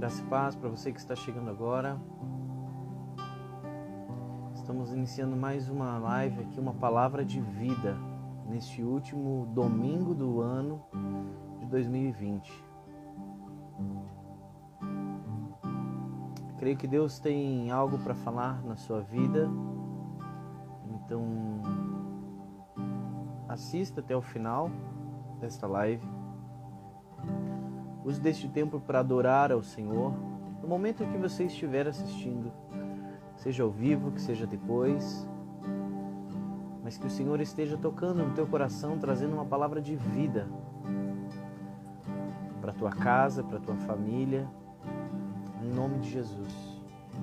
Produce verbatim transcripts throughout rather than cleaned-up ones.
Graça e paz para você que está chegando agora. Estamos iniciando mais uma live aqui, uma palavra de vida, neste último domingo do ano de dois mil e vinte. Creio que Deus tem algo para falar na sua vida, então assista até o final desta live. Use deste tempo para adorar ao Senhor, no momento que você estiver assistindo, seja ao vivo, que seja depois, mas que o Senhor esteja tocando no teu coração, trazendo uma palavra de vida para a tua casa, para a tua família, em nome de Jesus.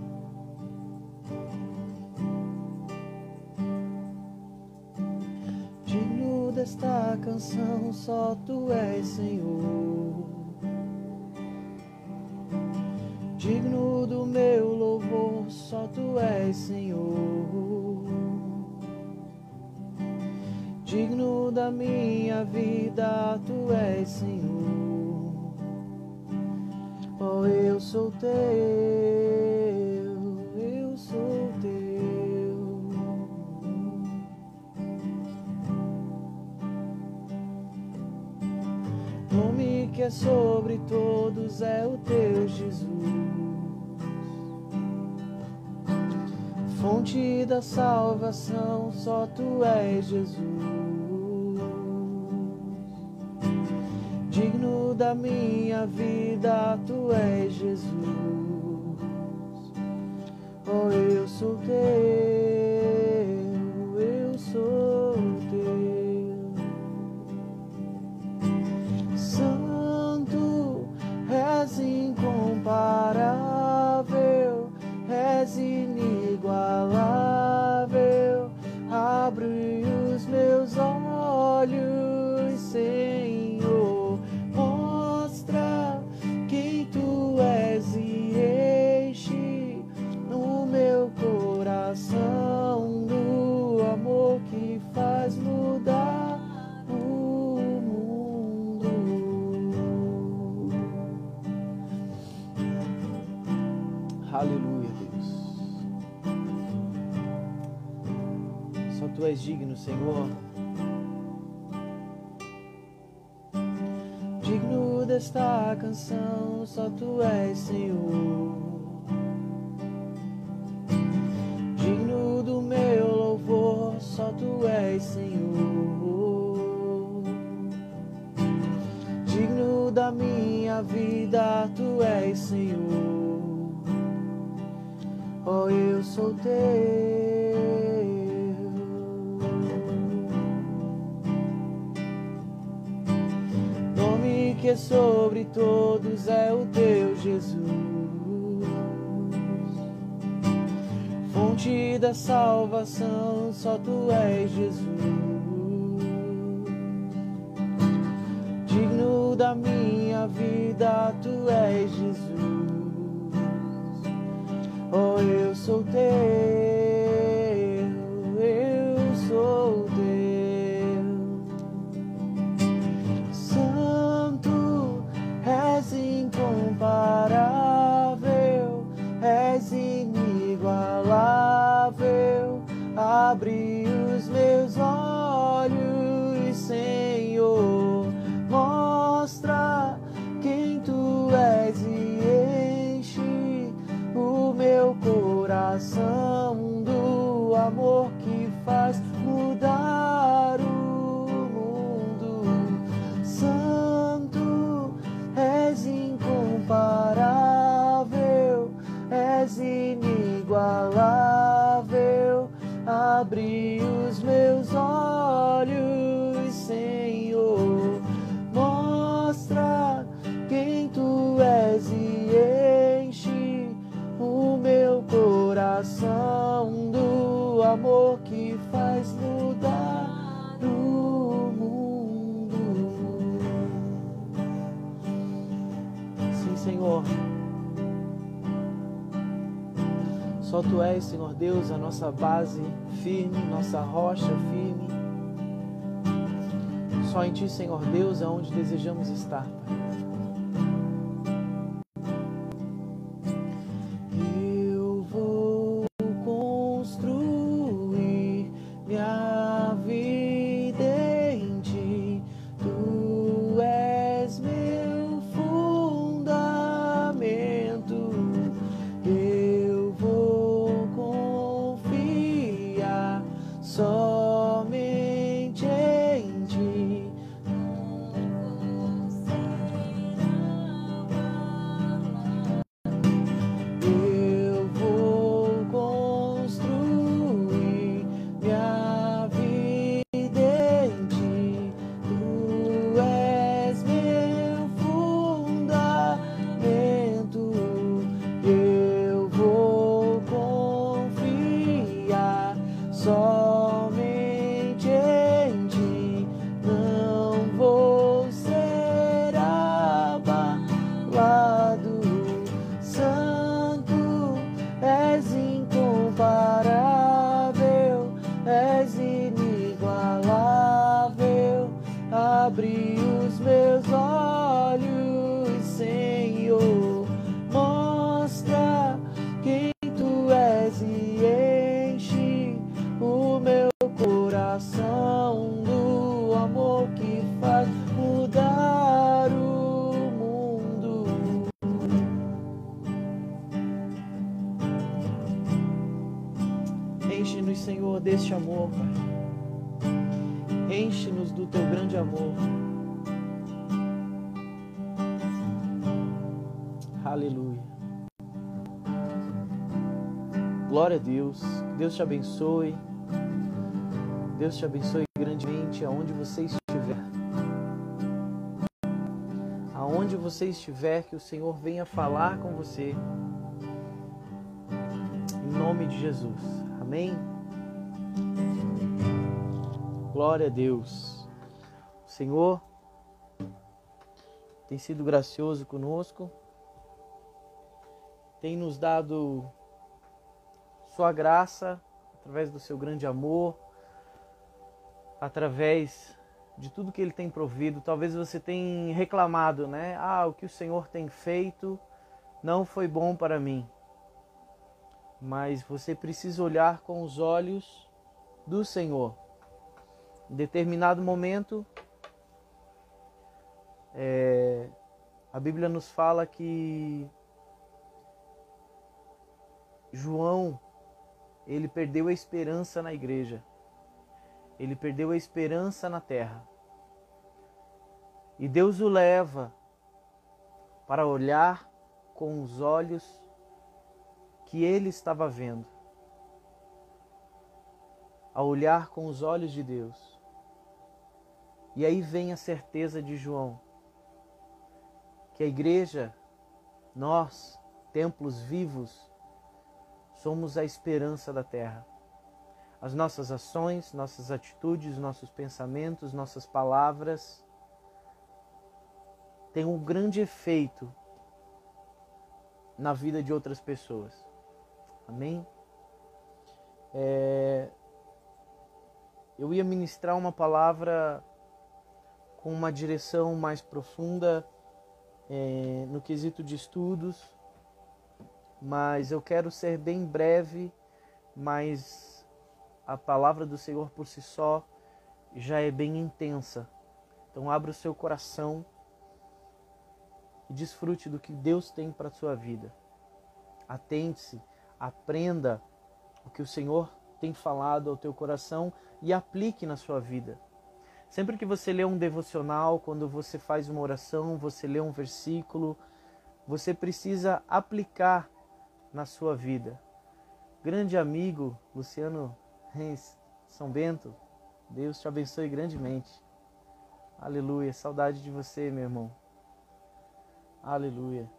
Digno desta canção, só Tu és, Senhor. Digno do meu louvor, só Tu és, Senhor. Digno da minha vida, Tu és, Senhor. Oh, eu sou Teu, eu sou Teu. Nome que é sobre todos é o Teu, Jesus. Fonte da salvação, só Tu és, Jesus. Digno da minha vida, Tu és, Jesus. Oh, eu sou Teu, eu sou Teu. Santo, és incomparável, és inigualável. Abre os meus olhos, Senhor, mostra quem Tu és e enche no meu coração do amor que faz mudar o mundo. Aleluia, Deus. Só Tu és digno, Senhor. Digno desta canção, só Tu és, Senhor. Digno do meu louvor, só Tu és, Senhor. Digno da minha vida, Tu és, Senhor. Oh, eu sou Teu. Nome que é sobre todos é o Teu, Jesus. Fonte da salvação, só Tu és, Jesus. Digno da minha vida, Tu és, Jesus. Oh, eu sou Teu, eu sou Teu. Santo, és incomparável, és inigualável. Abre os meus olhos, Senhor, mostra quem Tu és e enche o meu coração do amor que faz mudar o mundo. Santo, és incomparável, és inigualável. Abre os meus olhos, Senhor, mostra quem Tu és e enche o meu coração do amor que faz mudar o mundo. Sim, Senhor. Só Tu és, Senhor Deus, a nossa base firme, nossa rocha firme. Só em Ti, Senhor Deus, é onde desejamos estar, Pai. deste amor, Pai. Enche-nos do teu grande amor. Aleluia. Glória a Deus. Que Deus te abençoe. Deus te abençoe grandemente aonde você estiver. Aonde você estiver, que o Senhor venha falar com você. Em nome de Jesus. Amém? Glória a Deus. O Senhor tem sido gracioso conosco. Tem nos dado sua graça através do seu grande amor, através de tudo que Ele tem provido. Talvez você tenha reclamado, né? Ah, o que o Senhor tem feito não foi bom para mim. Mas você precisa olhar com os olhos do Senhor. Em determinado momento, é, a Bíblia nos fala que João, ele perdeu a esperança na igreja. Ele perdeu a esperança na terra. E Deus o leva para olhar com os olhos que ele estava vendo. A olhar com os olhos de Deus. E aí vem a certeza de João. Que a igreja, nós, templos vivos, somos a esperança da terra. As nossas ações, nossas atitudes, nossos pensamentos, nossas palavras têm um grande efeito na vida de outras pessoas. Amém? É... Eu ia ministrar uma palavra com uma direção mais profunda é, no quesito de estudos, mas eu quero ser bem breve, mas a palavra do Senhor por si só já é bem intensa. Então abra o seu coração e desfrute do que Deus tem para a sua vida. Atente-se, aprenda o que o Senhor tem falado ao teu coração e aplique na sua vida. Sempre que você lê um devocional, quando você faz uma oração, você lê um versículo, você precisa aplicar na sua vida. Grande amigo Luciano Reis, São Bento, Deus te abençoe grandemente. Aleluia, saudade de você, meu irmão. Aleluia.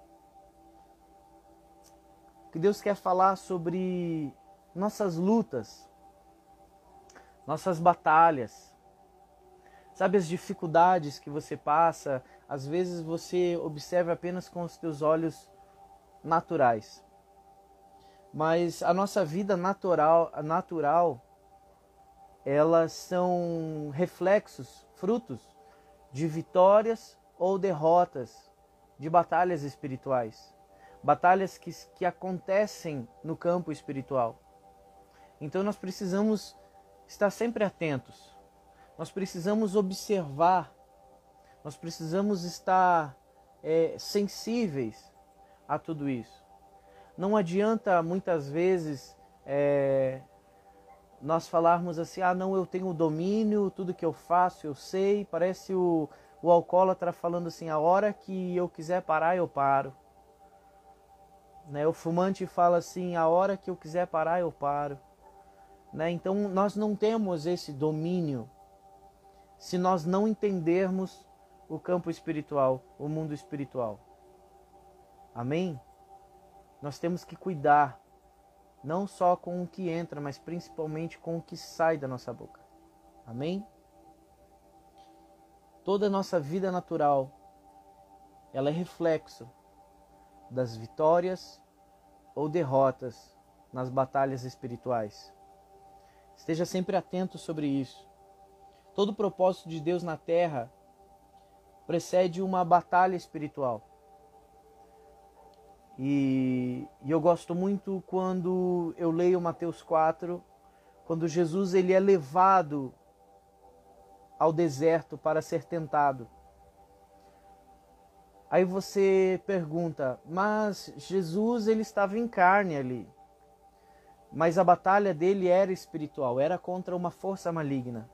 Que Deus quer falar sobre nossas lutas, nossas batalhas. Sabe as dificuldades que você passa? Às vezes você observa apenas com os teus olhos naturais. Mas a nossa vida natural, natural, elas são reflexos, frutos de vitórias ou derrotas, de batalhas espirituais. Batalhas que, que acontecem no campo espiritual. Então nós precisamos estar sempre atentos. Nós precisamos observar. Nós precisamos estar é, sensíveis a tudo isso. Não adianta muitas vezes é, nós falarmos assim, ah não, eu tenho domínio, tudo que eu faço eu sei. Parece o, o alcoólatra falando assim, a hora que eu quiser parar eu paro. Né? O fumante fala assim, a hora que eu quiser parar eu paro. Né? Então nós não temos esse domínio se nós não entendermos o campo espiritual, o mundo espiritual. Amém? Nós temos que cuidar, não só com o que entra, mas principalmente com o que sai da nossa boca. Amém? Toda a nossa vida natural, ela é reflexo das vitórias ou derrotas nas batalhas espirituais. Esteja sempre atento sobre isso. Todo o propósito de Deus na terra precede uma batalha espiritual. E, e eu gosto muito quando eu leio Mateus quatro, quando Jesus ele é levado ao deserto para ser tentado. Aí você pergunta, mas Jesus ele estava em carne ali. mas a batalha dele era espiritual, era contra uma força maligna.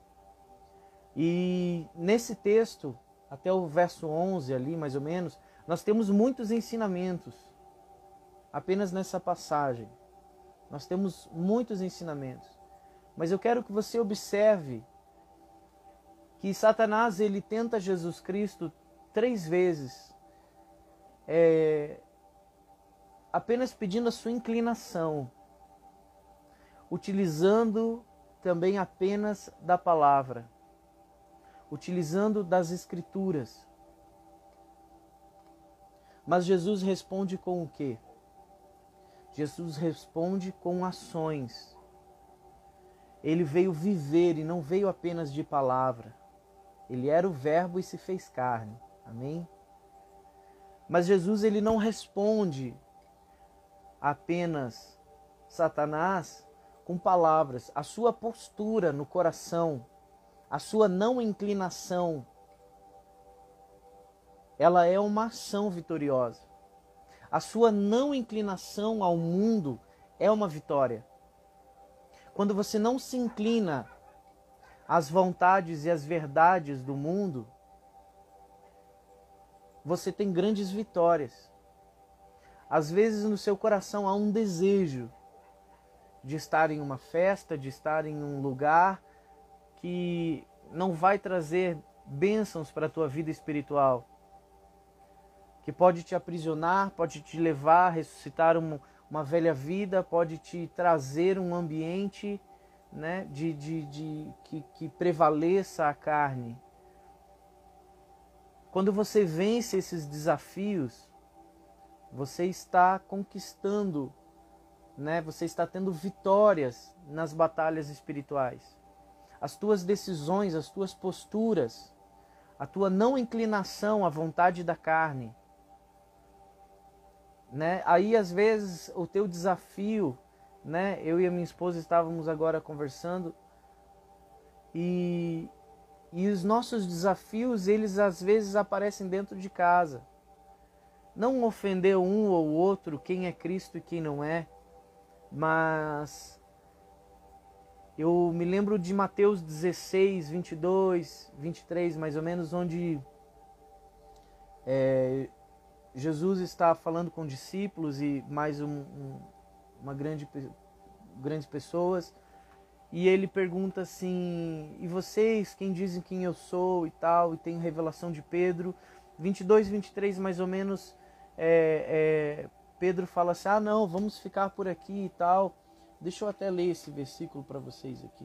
E nesse texto, até o verso onze ali, mais ou menos, nós temos muitos ensinamentos. Apenas nessa passagem. Nós temos muitos ensinamentos. Mas eu quero que você observe que Satanás, ele tenta Jesus Cristo três vezes, é, apenas pedindo a sua inclinação, utilizando também apenas da palavra, utilizando das Escrituras. Mas Jesus responde com o quê? Jesus responde com ações. Ele veio viver e não veio apenas de palavra. Ele era o verbo e se fez carne. Amém? Mas Jesus, ele não responde apenas Satanás com palavras. A sua postura no coração, a sua não inclinação, ela é uma ação vitoriosa. A sua não inclinação ao mundo é uma vitória. Quando você não se inclina às vontades e às verdades do mundo, você tem grandes vitórias. Às vezes no seu coração há um desejo de estar em uma festa, de estar em um lugar que não vai trazer bênçãos para a tua vida espiritual, que pode te aprisionar, pode te levar a ressuscitar uma, uma velha vida, pode te trazer um ambiente, né, de, de, de, que, que prevaleça a carne. Quando você vence esses desafios, você está conquistando, né, você está tendo vitórias nas batalhas espirituais. As tuas decisões, as tuas posturas, a tua não inclinação à vontade da carne, né? Aí às vezes o teu desafio, né? Eu e a minha esposa estávamos agora conversando e, e os nossos desafios, eles às vezes aparecem dentro de casa. Não ofender um ou outro, quem é Cristo e quem não é, mas eu me lembro de Mateus dezesseis, vinte e dois, vinte e três, mais ou menos, onde é, Jesus está falando com discípulos e mais um, um, uma grande grandes pessoas, e ele pergunta assim: e vocês, quem dizem quem eu sou e tal, e tem revelação de Pedro. Vinte e dois, vinte e três, mais ou menos, é, é, Pedro fala assim: ah não, vamos ficar por aqui e tal. Deixa eu até ler esse versículo para vocês aqui.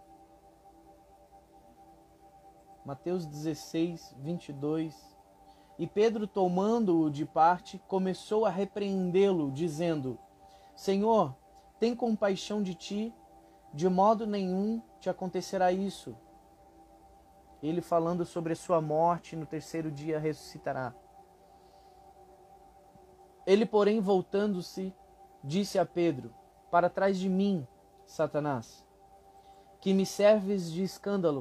Mateus dezesseis, vinte e dois. E Pedro, tomando-o de parte, começou a repreendê-lo, dizendo: Senhor, tem compaixão de ti, de modo nenhum te acontecerá isso. Ele falando sobre a sua morte, no terceiro dia ressuscitará. Ele, porém, voltando-se, disse a Pedro: para trás de mim, Satanás, que me serves de escândalo,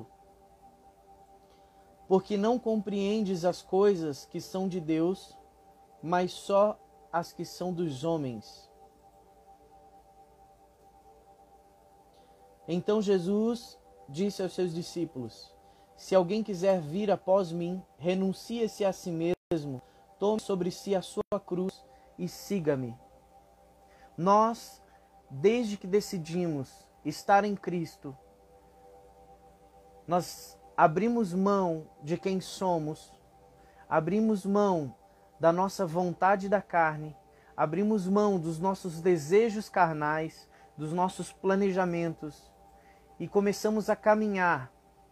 porque não compreendes as coisas que são de Deus, mas só as que são dos homens. Então Jesus disse aos seus discípulos: se alguém quiser vir após mim, renuncie-se a si mesmo, tome sobre si a sua cruz e siga-me. Nós, desde que decidimos estar em Cristo, nós abrimos mão de quem somos, abrimos mão da nossa vontade da carne, abrimos mão dos nossos desejos carnais, dos nossos planejamentos e começamos a caminhar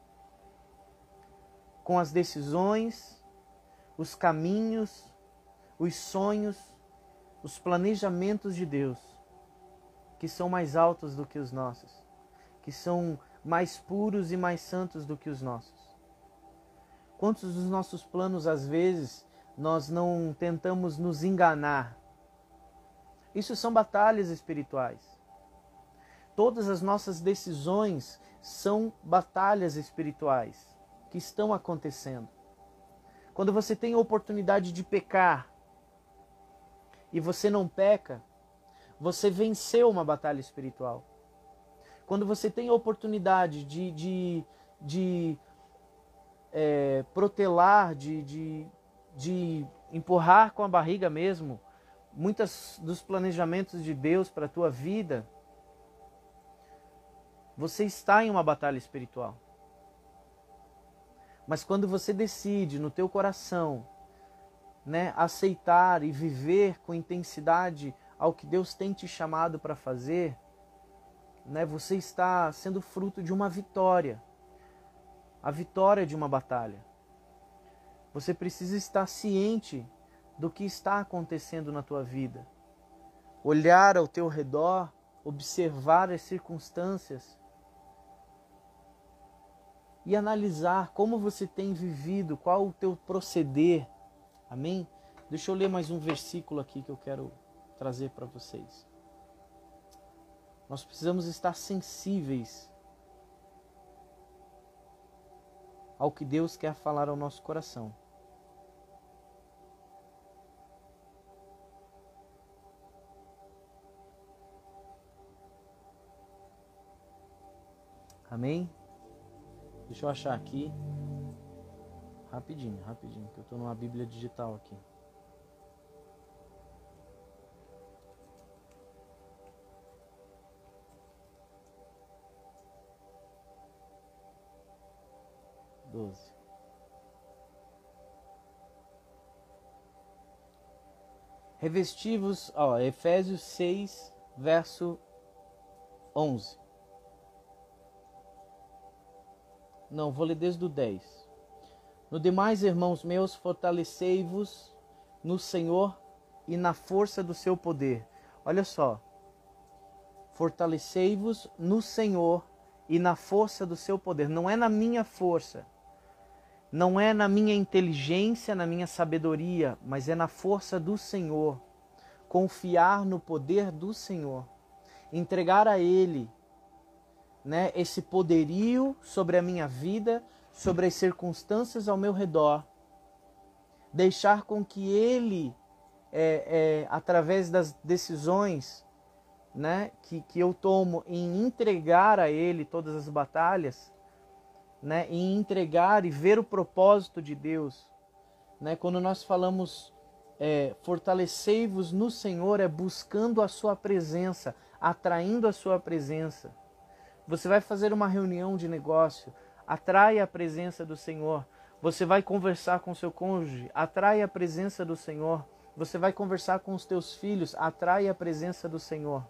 com as decisões, os caminhos, os sonhos, os planejamentos de Deus, que são mais altos do que os nossos, que são mais puros e mais santos do que os nossos. Quantos dos nossos planos, às vezes, nós não tentamos nos enganar? Isso são batalhas espirituais. Todas as nossas decisões são batalhas espirituais que estão acontecendo. Quando você tem a oportunidade de pecar e você não peca, você venceu uma batalha espiritual. Quando você tem a oportunidade de, de, de é, protelar, de, de, de empurrar com a barriga mesmo, muitos dos planejamentos de Deus para a tua vida, você está em uma batalha espiritual. Mas quando você decide no teu coração, né, aceitar e viver com intensidade ao que Deus tem te chamado para fazer, né, você está sendo fruto de uma vitória. A vitória de uma batalha. Você precisa estar ciente do que está acontecendo na tua vida. Olhar ao teu redor, observar as circunstâncias e analisar como você tem vivido, qual o teu proceder. Amém? Deixa eu ler mais um versículo aqui que eu quero trazer para vocês. Nós precisamos estar sensíveis ao que Deus quer falar ao nosso coração. Amém? Deixa eu achar aqui. Rapidinho, rapidinho, que eu estou numa Bíblia digital aqui. doze. Revestivos, ó, Efésios seis, verso onze. Não, vou ler desde o dez. No demais, irmãos meus, fortalecei-vos no Senhor e na força do seu poder. Olha só. Fortalecei-vos no Senhor e na força do seu poder. Não é na minha força. Não é na minha inteligência, na minha sabedoria, mas é na força do Senhor. Confiar no poder do Senhor. Entregar a Ele, né, esse poderio sobre a minha vida, sobre as circunstâncias ao meu redor. Deixar com que Ele, é, é, através das decisões, né, que, que eu tomo em entregar a Ele todas as batalhas, né, em entregar e ver o propósito de Deus. Né, quando nós falamos é, fortalecei-vos no Senhor, é buscando a sua presença, atraindo a sua presença. Você vai fazer uma reunião de negócio, atrai a presença do Senhor. Você vai conversar com seu cônjuge, atrai a presença do Senhor. Você vai conversar com os teus filhos, atrai a presença do Senhor.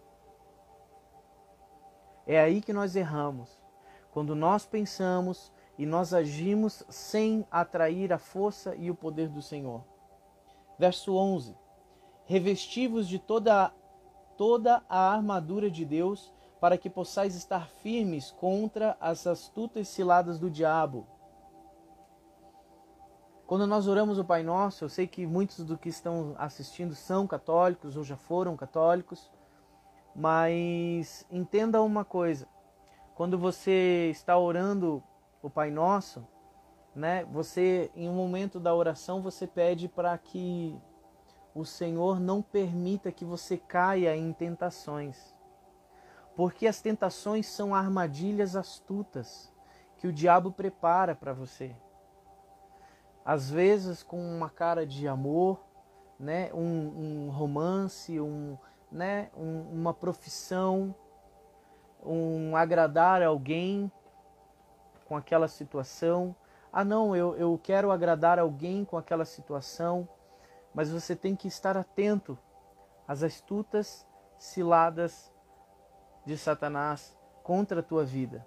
É aí que nós erramos. Quando nós pensamos e nós agimos sem atrair a força e o poder do Senhor. Verso onze. Revesti-vos de toda, toda a armadura de Deus, para que possais estar firmes contra as astutas ciladas do diabo. Quando nós oramos o Pai Nosso, eu sei que muitos do que estão assistindo são católicos ou já foram católicos, mas entenda uma coisa, quando você está orando o Pai Nosso, né, você, em um momento da oração, você pede para que o Senhor não permita que você caia em tentações. Porque as tentações são armadilhas astutas que o diabo prepara para você. Às vezes com uma cara de amor, né, um, um romance, um, né, um, uma profissão, um agradar alguém com aquela situação. Ah não, eu, eu quero agradar alguém com aquela situação, mas você tem que estar atento às astutas ciladas de Satanás contra a tua vida.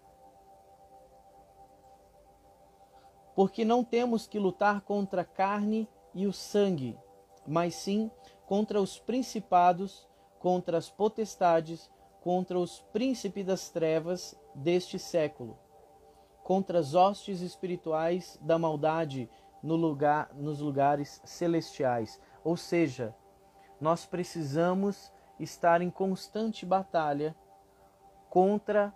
Porque não temos que lutar contra a carne e o sangue, mas sim contra os principados, contra as potestades, contra os príncipes das trevas deste século, contra as hostes espirituais da maldade no lugar, nos lugares celestiais. Ou seja, nós precisamos estar em constante batalha contra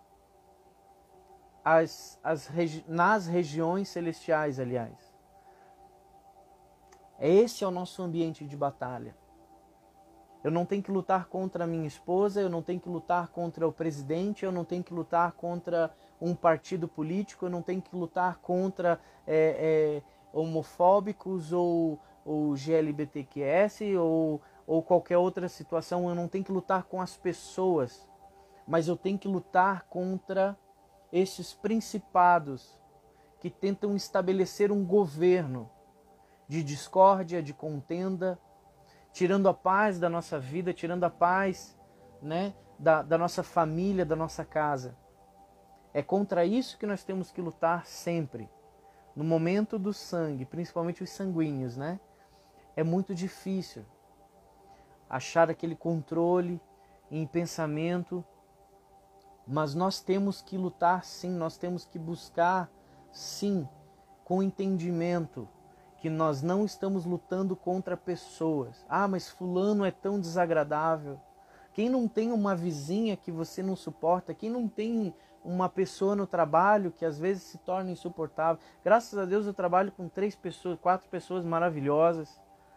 as, as regi- nas regiões celestiais, aliás. Esse é o nosso ambiente de batalha. Eu não tenho que lutar contra a minha esposa, eu não tenho que lutar contra o presidente, eu não tenho que lutar contra um partido político, eu não tenho que lutar contra é, é, homofóbicos ou, ou G L B T Q S ou, ou qualquer outra situação. Eu não tenho que lutar com as pessoas, mas eu tenho que lutar contra esses principados que tentam estabelecer um governo de discórdia, de contenda, tirando a paz da nossa vida, tirando a paz, né, da, da nossa família, da nossa casa. É contra isso que nós temos que lutar sempre. No momento do sangue, principalmente os sanguíneos, né? É muito difícil achar aquele controle em pensamento, mas nós temos que lutar sim, nós temos que buscar sim, com entendimento, que nós não estamos lutando contra pessoas. Ah, mas fulano é tão desagradável. Quem não tem uma vizinha que você não suporta, quem não tem uma pessoa no trabalho que às vezes se torna insuportável. Graças a Deus eu trabalho com três pessoas, quatro pessoas maravilhosas,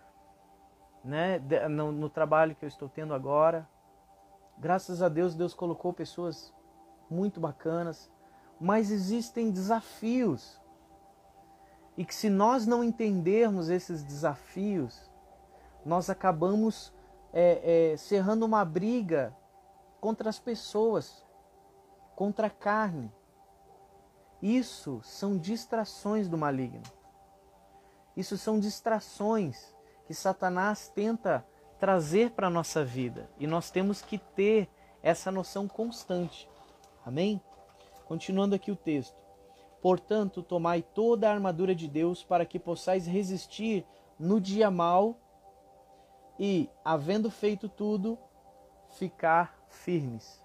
né? no, no trabalho que eu estou tendo agora. Graças a Deus, Deus colocou pessoas muito bacanas, mas existem desafios. E que se nós não entendermos esses desafios, nós acabamos é, é, cerrando uma briga contra as pessoas, contra a carne. Isso são distrações do maligno. Isso são distrações que Satanás tenta trazer para a nossa vida. E nós temos que ter essa noção constante. Amém? Continuando aqui o texto. Portanto, tomai toda a armadura de Deus para que possais resistir no dia mau e, havendo feito tudo, ficar firmes.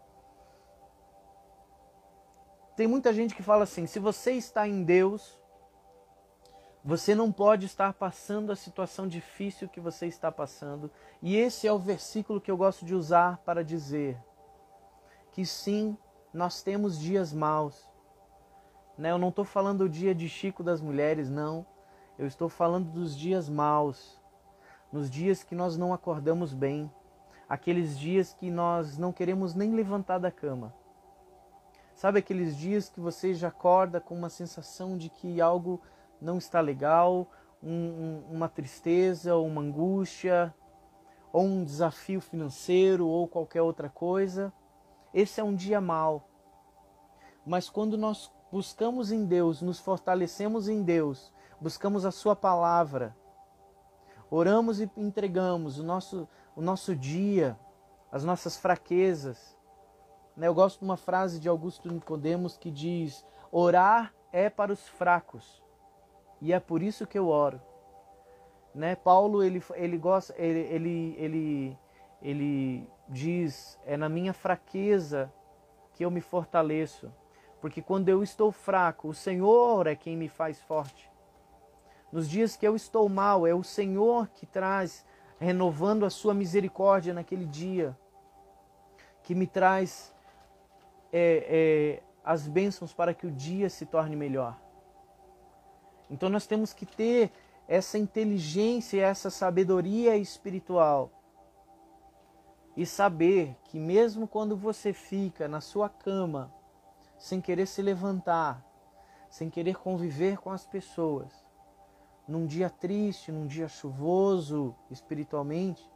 Tem muita gente que fala assim, se você está em Deus, você não pode estar passando a situação difícil que você está passando. E esse é o versículo que eu gosto de usar para dizer que sim, nós temos dias maus. Eu não estou falando do dia de Chico das mulheres, não. Eu estou falando dos dias maus. Nos dias que nós não acordamos bem. Aqueles dias que nós não queremos nem levantar da cama. Sabe aqueles dias que você já acorda com uma sensação de que algo não está legal, um, um, uma tristeza, uma angústia, ou um desafio financeiro, ou qualquer outra coisa? Esse é um dia mau. Mas quando nós buscamos em Deus, nos fortalecemos em Deus, buscamos a Sua palavra, oramos e entregamos o nosso, o nosso dia, as nossas fraquezas. Eu gosto de uma frase de Augusto Nicodemos que diz: orar é para os fracos, e é por isso que eu oro. Né? Paulo ele, ele, gosta, ele, ele, ele, ele diz, é na minha fraqueza que eu me fortaleço, porque quando eu estou fraco, o Senhor é quem me faz forte. Nos dias que eu estou mal, é o Senhor que traz, renovando a sua misericórdia naquele dia, que me traz é, é, as bênçãos para que o dia se torne melhor. Então nós temos que ter essa inteligência, essa sabedoria espiritual e saber que mesmo quando você fica na sua cama, sem querer se levantar, sem querer conviver com as pessoas, num dia triste, num dia chuvoso espiritualmente,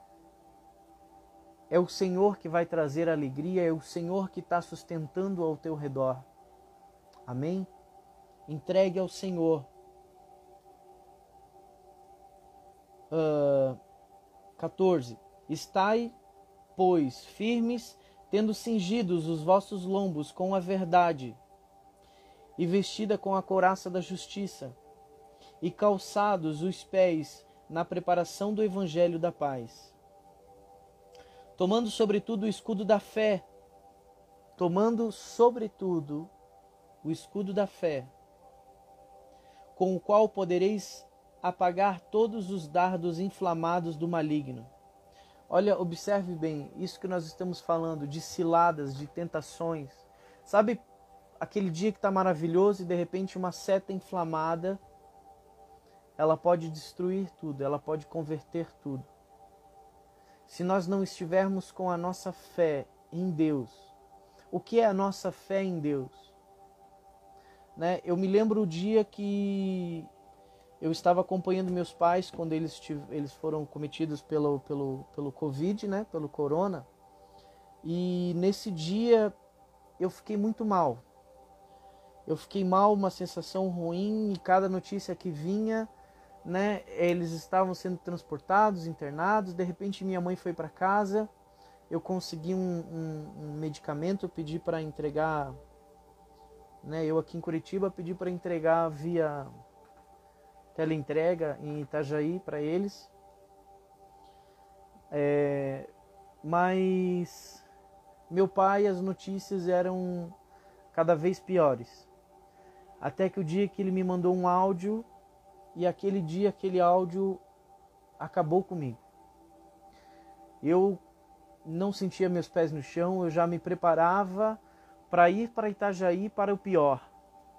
é o Senhor que vai trazer alegria, é o Senhor que está sustentando ao teu redor. Amém? Entregue ao Senhor. Uh, quatorze. Estai, pois, firmes, tendo cingidos os vossos lombos com a verdade, e vestida com a couraça da justiça, e calçados os pés na preparação do evangelho da paz. Tomando sobretudo o escudo da fé, tomando sobretudo o escudo da fé, com o qual podereis apagar todos os dardos inflamados do maligno. Olha, observe bem, isso que nós estamos falando de ciladas, de tentações. Sabe aquele dia que está maravilhoso e de repente uma seta inflamada, ela pode destruir tudo, ela pode converter tudo. se nós não estivermos com a nossa fé em Deus. O que é a nossa fé em Deus? Né? Eu me lembro o dia que eu estava acompanhando meus pais quando eles, eles foram cometidos pelo, pelo, pelo Covid, né? Pelo Corona. E nesse dia eu fiquei muito mal. Eu fiquei mal, uma sensação ruim, e cada notícia que vinha, né, eles estavam sendo transportados, internados. De repente minha mãe foi para casa, eu consegui um, um, um medicamento, pedi para entregar, né, eu aqui em Curitiba pedi para entregar via teleentrega em Itajaí para eles. É, mas meu pai, as notícias eram cada vez piores. Até que o dia que ele me mandou um áudio, e aquele dia, aquele áudio acabou comigo. Eu não sentia meus pés no chão, eu já me preparava para ir para Itajaí para o pior.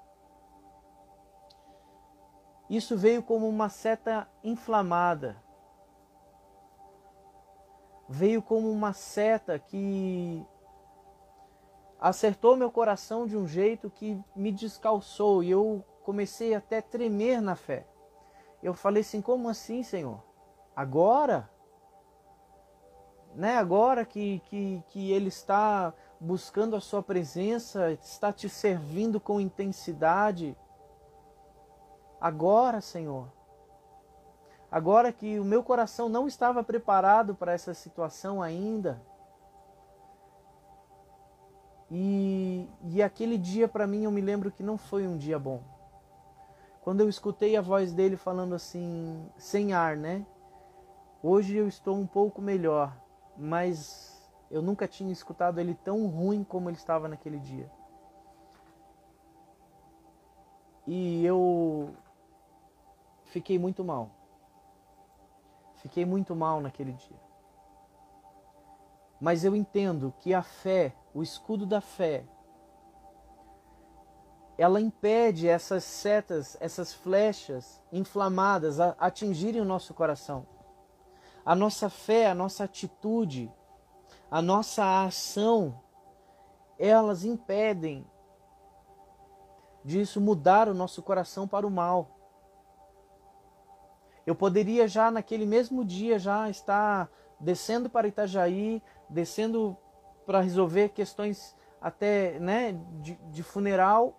Isso veio como uma seta inflamada. Veio como uma seta que acertou meu coração de um jeito que me descalçou, e eu comecei até a tremer na fé. Eu falei assim, como assim, Senhor? Agora? Né? Agora que, que, que Ele está buscando a sua presença, está te servindo com intensidade. Agora, Senhor. Agora que o meu coração não estava preparado para essa situação ainda. E, e aquele dia para mim eu me lembro que não foi um dia bom. Quando eu escutei a voz dele falando assim, sem ar, né? Hoje eu estou um pouco melhor, mas eu nunca tinha escutado ele tão ruim como ele estava naquele dia. E eu fiquei muito mal. Fiquei muito mal naquele dia. Mas eu entendo que a fé, o escudo da fé, ela impede essas setas, essas flechas inflamadas a atingirem o nosso coração. A nossa fé, a nossa atitude, a nossa ação, elas impedem disso mudar o nosso coração para o mal. Eu poderia já naquele mesmo dia já estar descendo para Itajaí, descendo para resolver questões até, né, de, de funeral,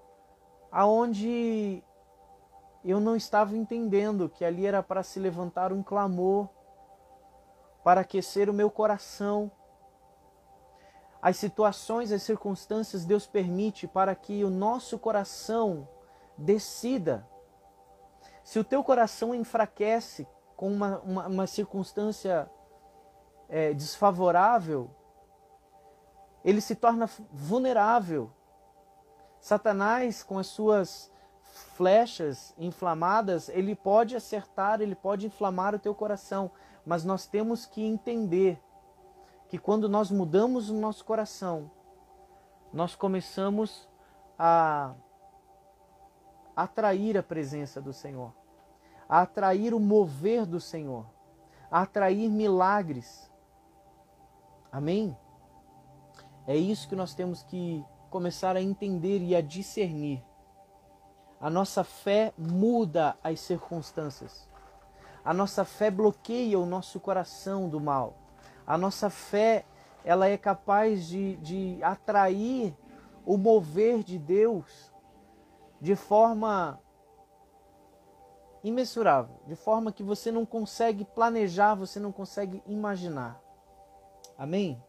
aonde eu não estava entendendo que ali era para se levantar um clamor, para aquecer o meu coração. As situações, as circunstâncias Deus permite para que o nosso coração decida. Se o teu coração enfraquece com uma, uma, uma circunstância é, desfavorável, ele se torna vulnerável. Satanás, com as suas flechas inflamadas, ele pode acertar, ele pode inflamar o teu coração. Mas nós temos que entender que quando nós mudamos o nosso coração, nós começamos a atrair a presença do Senhor, a atrair o mover do Senhor, a atrair milagres. Amém? É isso que nós temos que começar a entender e a discernir. A nossa fé muda as circunstâncias. A nossa fé bloqueia o nosso coração do mal. A nossa fé, ela é capaz de, de atrair o mover de Deus de forma imensurável, de forma que você não consegue planejar, você não consegue imaginar. Amém?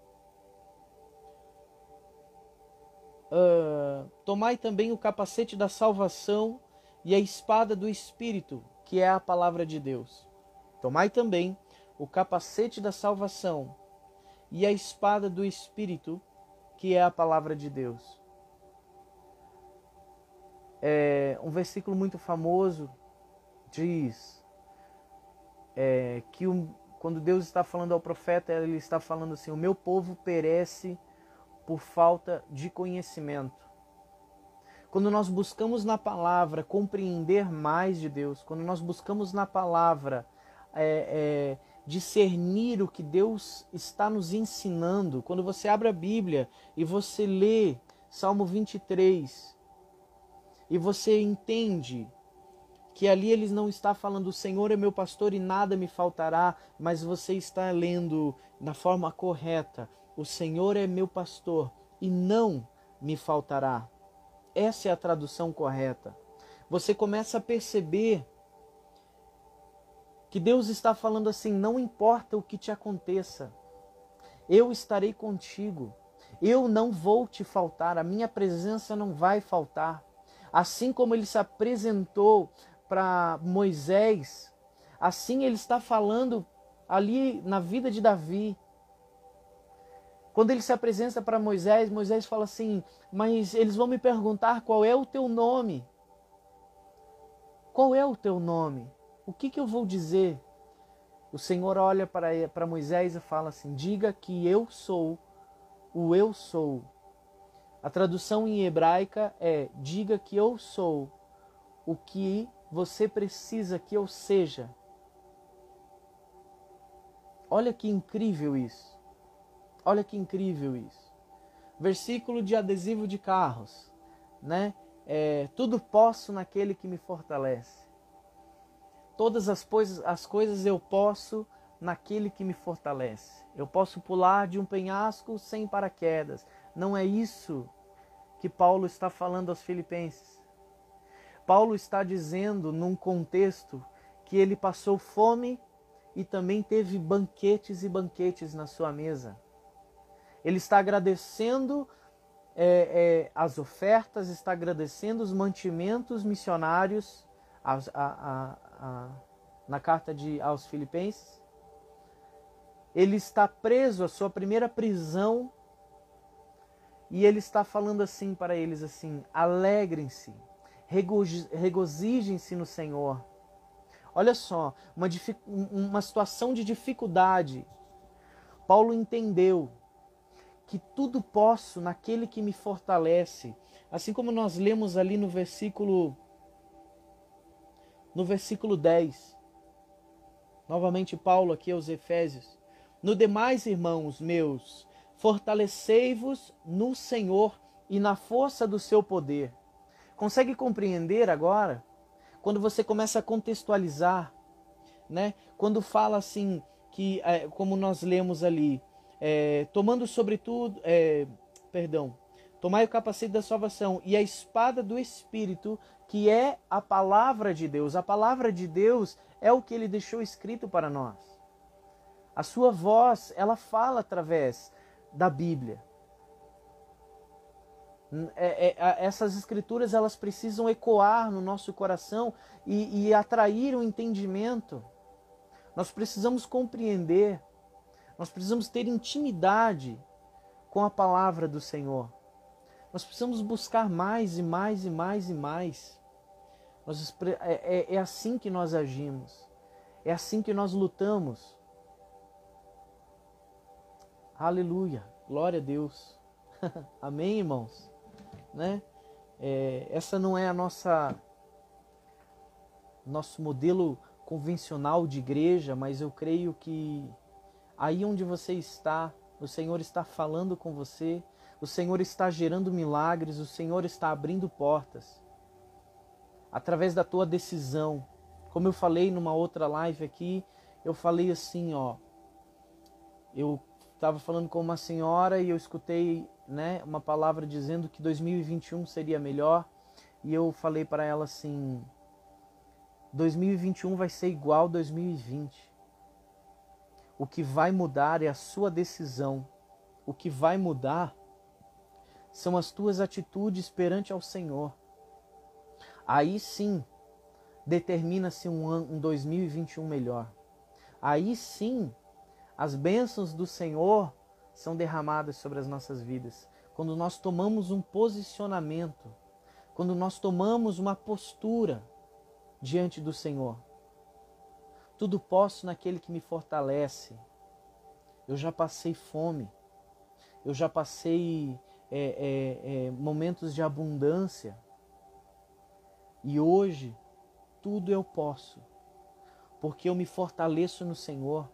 Uh, tomai também o capacete da salvação e a espada do Espírito, que é a palavra de Deus. Tomai também o capacete da salvação e a espada do Espírito, que é a palavra de Deus. É um versículo muito famoso, diz é, que um, quando Deus está falando ao profeta, ele está falando assim: o meu povo perece por falta de conhecimento. Quando nós buscamos na palavra compreender mais de Deus, quando nós buscamos na palavra é, é, discernir o que Deus está nos ensinando. Quando você abre a Bíblia e você lê Salmo vinte e três, e você entende que ali ele não está falando o Senhor é meu pastor e nada me faltará, mas você está lendo na forma correta, o Senhor é meu pastor e não me faltará. Essa é a tradução correta. Você começa a perceber que Deus está falando assim, não importa o que te aconteça, eu estarei contigo, eu não vou te faltar, a minha presença não vai faltar. Assim como ele se apresentou para Moisés, assim ele está falando ali na vida de Davi. Quando ele se apresenta para Moisés, Moisés fala assim, mas eles vão me perguntar qual é o teu nome. Qual é o teu nome? O que, que eu vou dizer? O Senhor olha para, para Moisés e fala assim, diga que eu sou o eu sou. A tradução em hebraica é, diga que eu sou o que você precisa que eu seja. Olha que incrível isso. Olha que incrível isso. Versículo de adesivo de carros, né? É, tudo posso naquele que me fortalece. Todas as coisas, as coisas eu posso naquele que me fortalece. Eu posso pular de um penhasco sem paraquedas. Não é isso que Paulo está falando aos filipenses. Paulo está dizendo num contexto que ele passou fome e também teve banquetes e banquetes na sua mesa. Ele está agradecendo é, é, as ofertas, está agradecendo os mantimentos missionários a, a, a, a, na carta de, aos Filipenses. Ele está preso, a sua primeira prisão, e ele está falando assim para eles, assim, alegrem-se, regozijem-se no Senhor. Olha só, uma, uma situação de dificuldade. Paulo entendeu que tudo posso naquele que me fortalece. Assim como nós lemos ali no versículo no versículo dez. Novamente Paulo aqui aos Efésios. No demais, irmãos meus, fortalecei-vos no Senhor e na força do seu poder. Consegue compreender agora? Quando você começa a contextualizar, né? Quando fala assim, que, é, como nós lemos ali, é, tomando sobretudo, é, perdão, tomai o capacete da salvação e a espada do Espírito, que é a palavra de Deus. A palavra de Deus é o que ele deixou escrito para nós. A sua voz, ela fala através da Bíblia. É, é, essas escrituras, elas precisam ecoar no nosso coração e, e atrair o entendimento. Nós precisamos compreender, nós precisamos ter intimidade com a palavra do Senhor. Nós precisamos buscar mais e mais e mais e mais. Nós, é, é, é assim que nós agimos, é assim que nós lutamos. Aleluia, glória a Deus. Amém, irmãos? Né? É, essa não é a nossa nosso modelo convencional de igreja, mas eu creio que aí onde você está, o Senhor está falando com você, o Senhor está gerando milagres, o Senhor está abrindo portas através da tua decisão. Como eu falei numa outra live aqui, eu falei assim, ó, eu estava falando com uma senhora e eu escutei, né, uma palavra dizendo que dois mil e vinte e um seria melhor, e eu falei para ela assim, dois mil e vinte e um vai ser igual dois mil e vinte. O que vai mudar é a sua decisão. O que vai mudar são as tuas atitudes perante ao Senhor. Aí sim, determina-se um, ano, um dois mil e vinte e um melhor. Aí sim, as bênçãos do Senhor são derramadas sobre as nossas vidas. Quando nós tomamos um posicionamento, quando nós tomamos uma postura diante do Senhor. Tudo posso naquele que me fortalece. Eu já passei fome. Eu já passei é, é, é, momentos de abundância. E hoje, tudo eu posso. Porque eu me fortaleço no Senhor.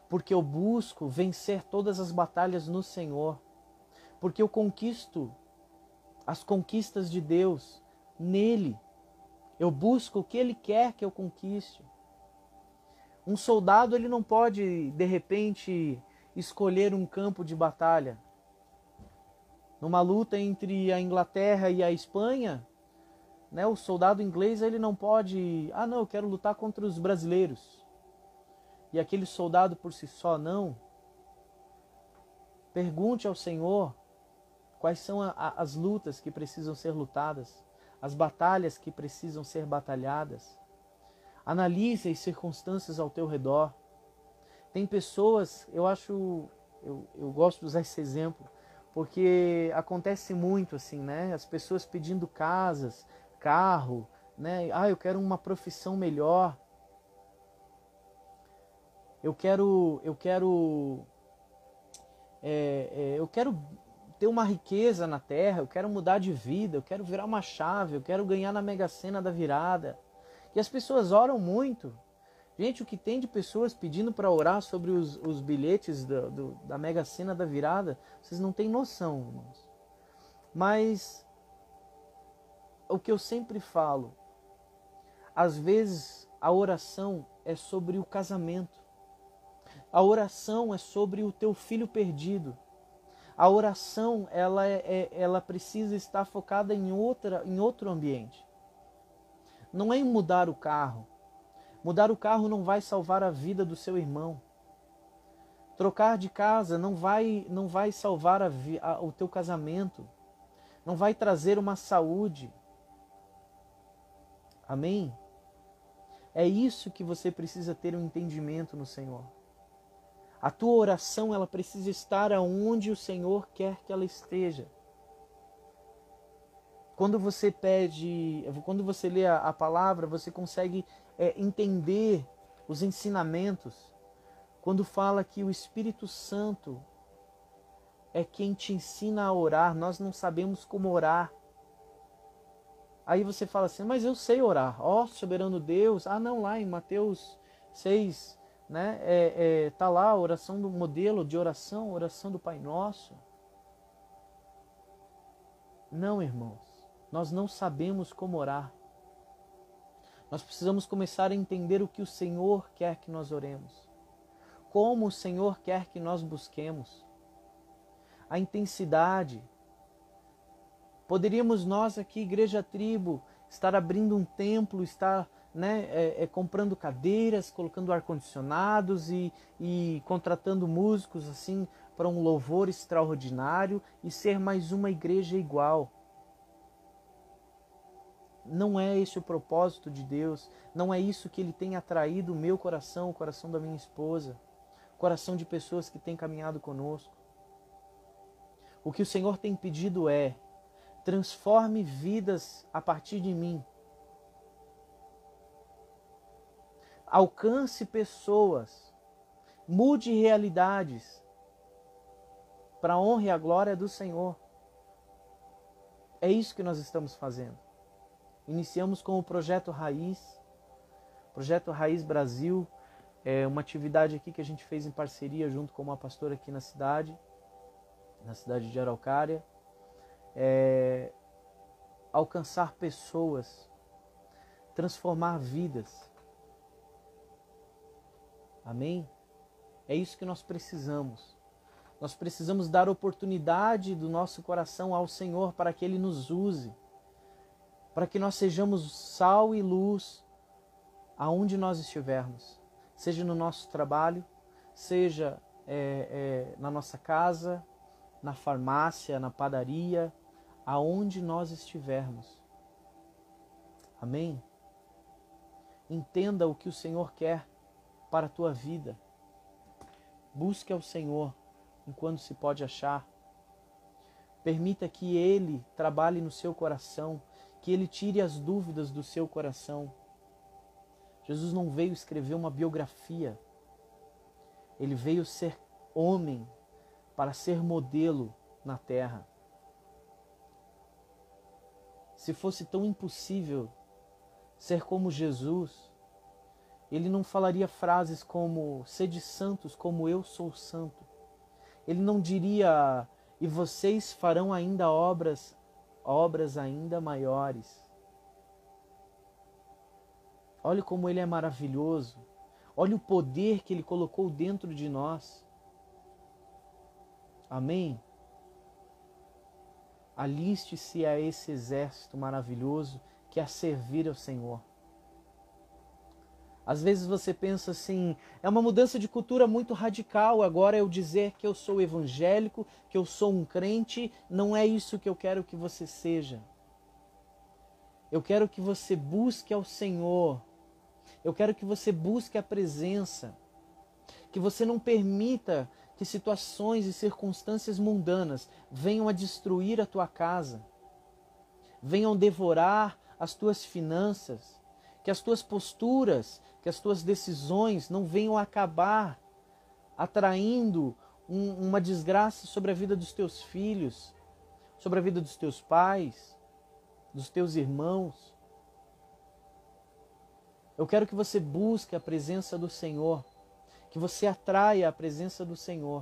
porque eu busco vencer todas as batalhas no Senhor, porque eu conquisto as conquistas de Deus nele. Eu busco o que Ele quer que eu conquiste. Um soldado, ele não pode, de repente, escolher um campo de batalha. Numa luta entre a Inglaterra e a Espanha, né, o soldado inglês, ele não pode, ah não, eu quero lutar contra os brasileiros. E aquele soldado por si só, não. Pergunte ao Senhor quais são a, a, as lutas que precisam ser lutadas, as batalhas que precisam ser batalhadas. Analise as circunstâncias ao teu redor. Tem pessoas, eu acho, eu, eu gosto de usar esse exemplo, porque acontece muito assim, né? As pessoas pedindo casas, carro, né? Ah, eu quero uma profissão melhor. Eu quero, eu quero, é, é, eu quero ter uma riqueza na terra, eu quero mudar de vida, eu quero virar uma chave, eu quero ganhar na Mega Sena da virada. E as pessoas oram muito. Gente, o que tem de pessoas pedindo para orar sobre os, os bilhetes do, do, da Mega Sena da virada, vocês não têm noção, irmãos. Mas o que eu sempre falo, às vezes a oração é sobre o casamento. A oração é sobre o teu filho perdido. A oração, ela, é, é, ela precisa estar focada em, outra, em outro ambiente. Não é em mudar o carro. Mudar o carro não vai salvar a vida do seu irmão. Trocar de casa não vai, não vai salvar a, a, o teu casamento. Não vai trazer uma saúde. Amém? É isso que você precisa ter um entendimento no Senhor. A tua oração, ela precisa estar aonde o Senhor quer que ela esteja. Quando você pede, quando você lê a, a palavra, você consegue é, entender os ensinamentos. Quando fala que o Espírito Santo é quem te ensina a orar, nós não sabemos como orar. Aí você fala assim, mas eu sei orar. Ó, soberano Deus. Ah, não, lá em Mateus seis, né? É, é, tá lá a oração do modelo de oração, oração do Pai Nosso. Não, irmãos. Nós não sabemos como orar. Nós precisamos começar a entender o que o Senhor quer que nós oremos. Como o Senhor quer que nós busquemos. A intensidade. Poderíamos nós aqui, Igreja Tribo, estar abrindo um templo, estar né, é, é, comprando cadeiras, colocando ar-condicionados e, e contratando músicos assim para um louvor extraordinário e ser mais uma igreja igual. Não é esse o propósito de Deus, não é isso que Ele tem atraído o meu coração, o coração da minha esposa, o coração de pessoas que têm caminhado conosco. O que o Senhor tem pedido é, transforme vidas a partir de mim. Alcance pessoas, mude realidades para a honra e a glória do Senhor. É isso que nós estamos fazendo. Iniciamos com o Projeto Raiz, Projeto Raiz Brasil, é uma atividade aqui que a gente fez em parceria junto com uma pastora aqui na cidade, na cidade de Araucária. É, alcançar pessoas, transformar vidas. Amém? É isso que nós precisamos. Nós precisamos dar oportunidade do nosso coração ao Senhor para que Ele nos use, para que nós sejamos sal e luz aonde nós estivermos, seja no nosso trabalho, seja é, é, na nossa casa, na farmácia, na padaria, aonde nós estivermos. Amém? Entenda o que o Senhor quer para a tua vida. Busque ao Senhor enquanto se pode achar. Permita que Ele trabalhe no seu coração, que Ele tire as dúvidas do seu coração. Jesus não veio escrever uma biografia. Ele veio ser homem para ser modelo na terra. Se fosse tão impossível ser como Jesus, Ele não falaria frases como sede santos como eu sou santo. Ele não diria e vocês farão ainda obras, obras ainda maiores. Olha como ele é maravilhoso. Olha o poder que ele colocou dentro de nós. Amém? Aliste-se a esse exército maravilhoso que é servir ao Senhor. Às vezes você pensa assim, é uma mudança de cultura muito radical, agora eu dizer que eu sou evangélico, que eu sou um crente, não é isso que eu quero que você seja. Eu quero que você busque ao Senhor, eu quero que você busque a presença, que você não permita que situações e circunstâncias mundanas venham a destruir a tua casa, venham devorar as tuas finanças, que as tuas posturas, que as tuas decisões não venham a acabar atraindo um, uma desgraça sobre a vida dos teus filhos, sobre a vida dos teus pais, dos teus irmãos. Eu quero que você busque a presença do Senhor, que você atraia a presença do Senhor.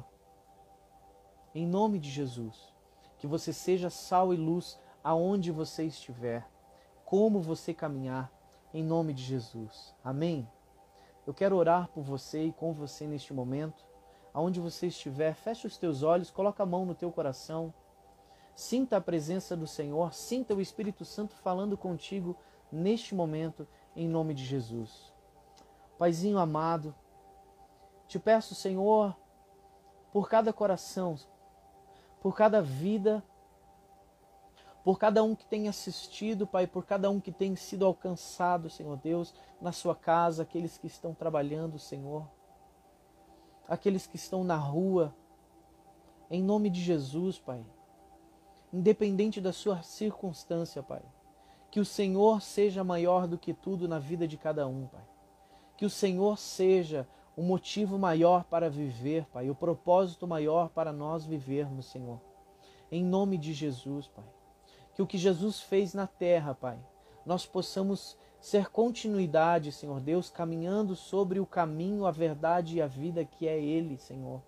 Em nome de Jesus, que você seja sal e luz aonde você estiver, como você caminhar, em nome de Jesus. Amém? Eu quero orar por você e com você neste momento. Aonde você estiver, feche os teus olhos, coloca a mão no teu coração. Sinta a presença do Senhor, sinta o Espírito Santo falando contigo neste momento, em nome de Jesus. Paizinho amado, te peço, Senhor, por cada coração, por cada vida, por cada um que tem assistido, Pai, por cada um que tem sido alcançado, Senhor Deus, na sua casa, aqueles que estão trabalhando, Senhor, aqueles que estão na rua, em nome de Jesus, Pai, independente da sua circunstância, Pai, que o Senhor seja maior do que tudo na vida de cada um, Pai, que o Senhor seja o motivo maior para viver, Pai, o propósito maior para nós vivermos, Senhor, em nome de Jesus, Pai. Que o que Jesus fez na terra, Pai, nós possamos ser continuidade, Senhor Deus, caminhando sobre o caminho, a verdade e a vida que é Ele, Senhor.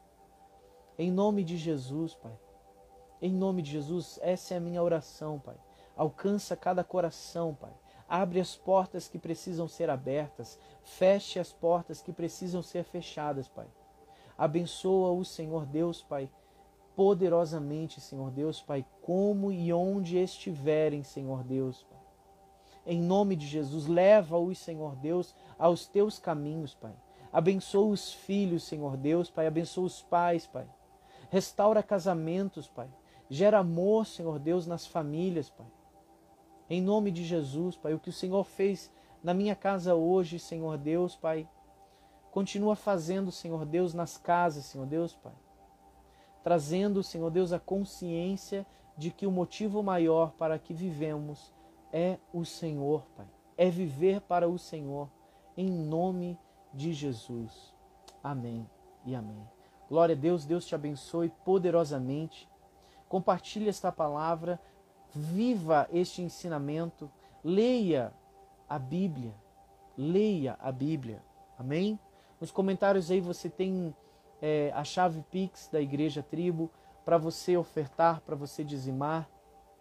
Em nome de Jesus, Pai. Em nome de Jesus, essa é a minha oração, Pai. Alcança cada coração, Pai. Abre as portas que precisam ser abertas. Feche as portas que precisam ser fechadas, Pai. Abençoa o Senhor Deus, Pai, poderosamente, Senhor Deus, Pai, como e onde estiverem, Senhor Deus, Pai. Em nome de Jesus, leva-os, Senhor Deus, aos teus caminhos, Pai. Abençoa os filhos, Senhor Deus, Pai. Abençoa os pais, Pai. Restaura casamentos, Pai. Gera amor, Senhor Deus, nas famílias, Pai. Em nome de Jesus, Pai, o que o Senhor fez na minha casa hoje, Senhor Deus, Pai, continua fazendo, Senhor Deus, nas casas, Senhor Deus, Pai. Trazendo, Senhor Deus, a consciência de que o motivo maior para que vivemos é o Senhor, Pai. É viver para o Senhor, em nome de Jesus. Amém e amém. Glória a Deus, Deus te abençoe poderosamente. Compartilhe esta palavra, viva este ensinamento, leia a Bíblia, leia a Bíblia. Amém? Nos comentários aí você tem É, a chave Pix da Igreja Tribo, para você ofertar, para você dizimar.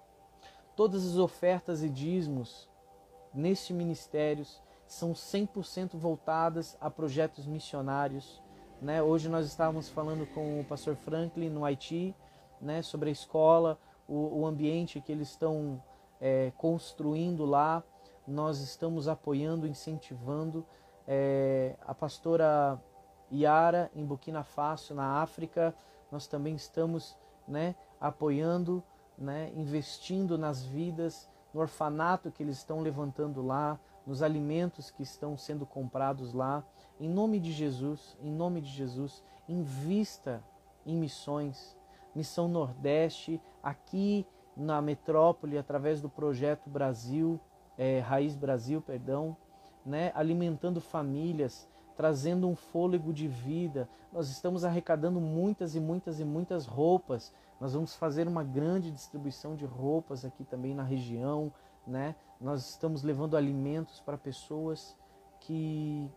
Todas as ofertas e dízimos neste ministério são cem por cento voltadas a projetos missionários. Né? Hoje nós estávamos falando com o pastor Franklin no Haiti, né, sobre a escola, o, o ambiente que eles estão é, construindo lá. Nós estamos apoiando, incentivando. É, a pastora Yara, em Burkina Faso, na África, nós também estamos, né, apoiando, né, investindo nas vidas, no orfanato que eles estão levantando lá, nos alimentos que estão sendo comprados lá. Em nome de Jesus, em nome de Jesus, invista em missões. Missão Nordeste, aqui na metrópole, através do Projeto Brasil, é, Raiz Brasil, perdão, né, alimentando famílias, trazendo um fôlego de vida. Nós estamos arrecadando muitas e muitas e muitas roupas. Nós vamos fazer uma grande distribuição de roupas aqui também na região, né? Nós estamos levando alimentos para pessoas que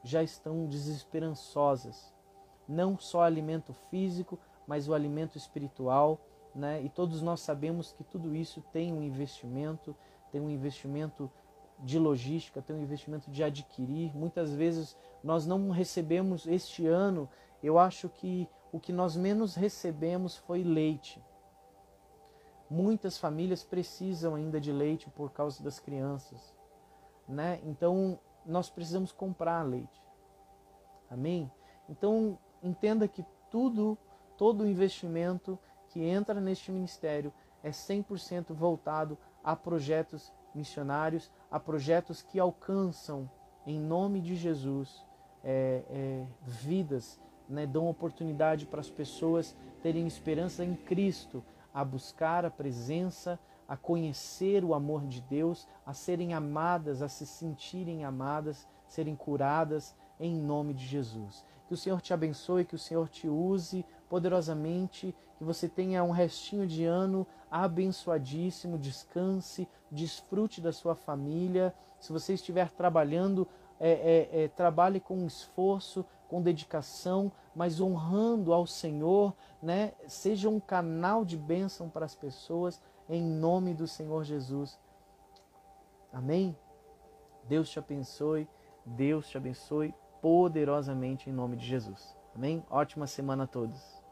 já estão desesperançosas. Não só alimento físico, mas o alimento espiritual, né? E todos nós sabemos que tudo isso tem um investimento, tem um investimento de logística, tem um investimento de adquirir. Muitas vezes nós não recebemos este ano, eu acho que o que nós menos recebemos foi leite. Muitas famílias precisam ainda de leite por causa das crianças, né? Então nós precisamos comprar leite. Amém? Então entenda que tudo, todo o investimento que entra neste ministério é cem por cento voltado a projetos missionários, a projetos que alcançam, em nome de Jesus, é, é, vidas, né? Dão oportunidade para as pessoas terem esperança em Cristo, a buscar a presença, a conhecer o amor de Deus, a serem amadas, a se sentirem amadas, serem curadas em nome de Jesus. Que o Senhor te abençoe, que o Senhor te use poderosamente, que você tenha um restinho de ano abençoadíssimo, descanse, desfrute da sua família. Se você estiver trabalhando, é, é, é, trabalhe com esforço, com dedicação, mas honrando ao Senhor, né? Seja um canal de bênção para as pessoas, em nome do Senhor Jesus. Amém? Deus te abençoe, Deus te abençoe poderosamente em nome de Jesus. Amém? Ótima semana a todos.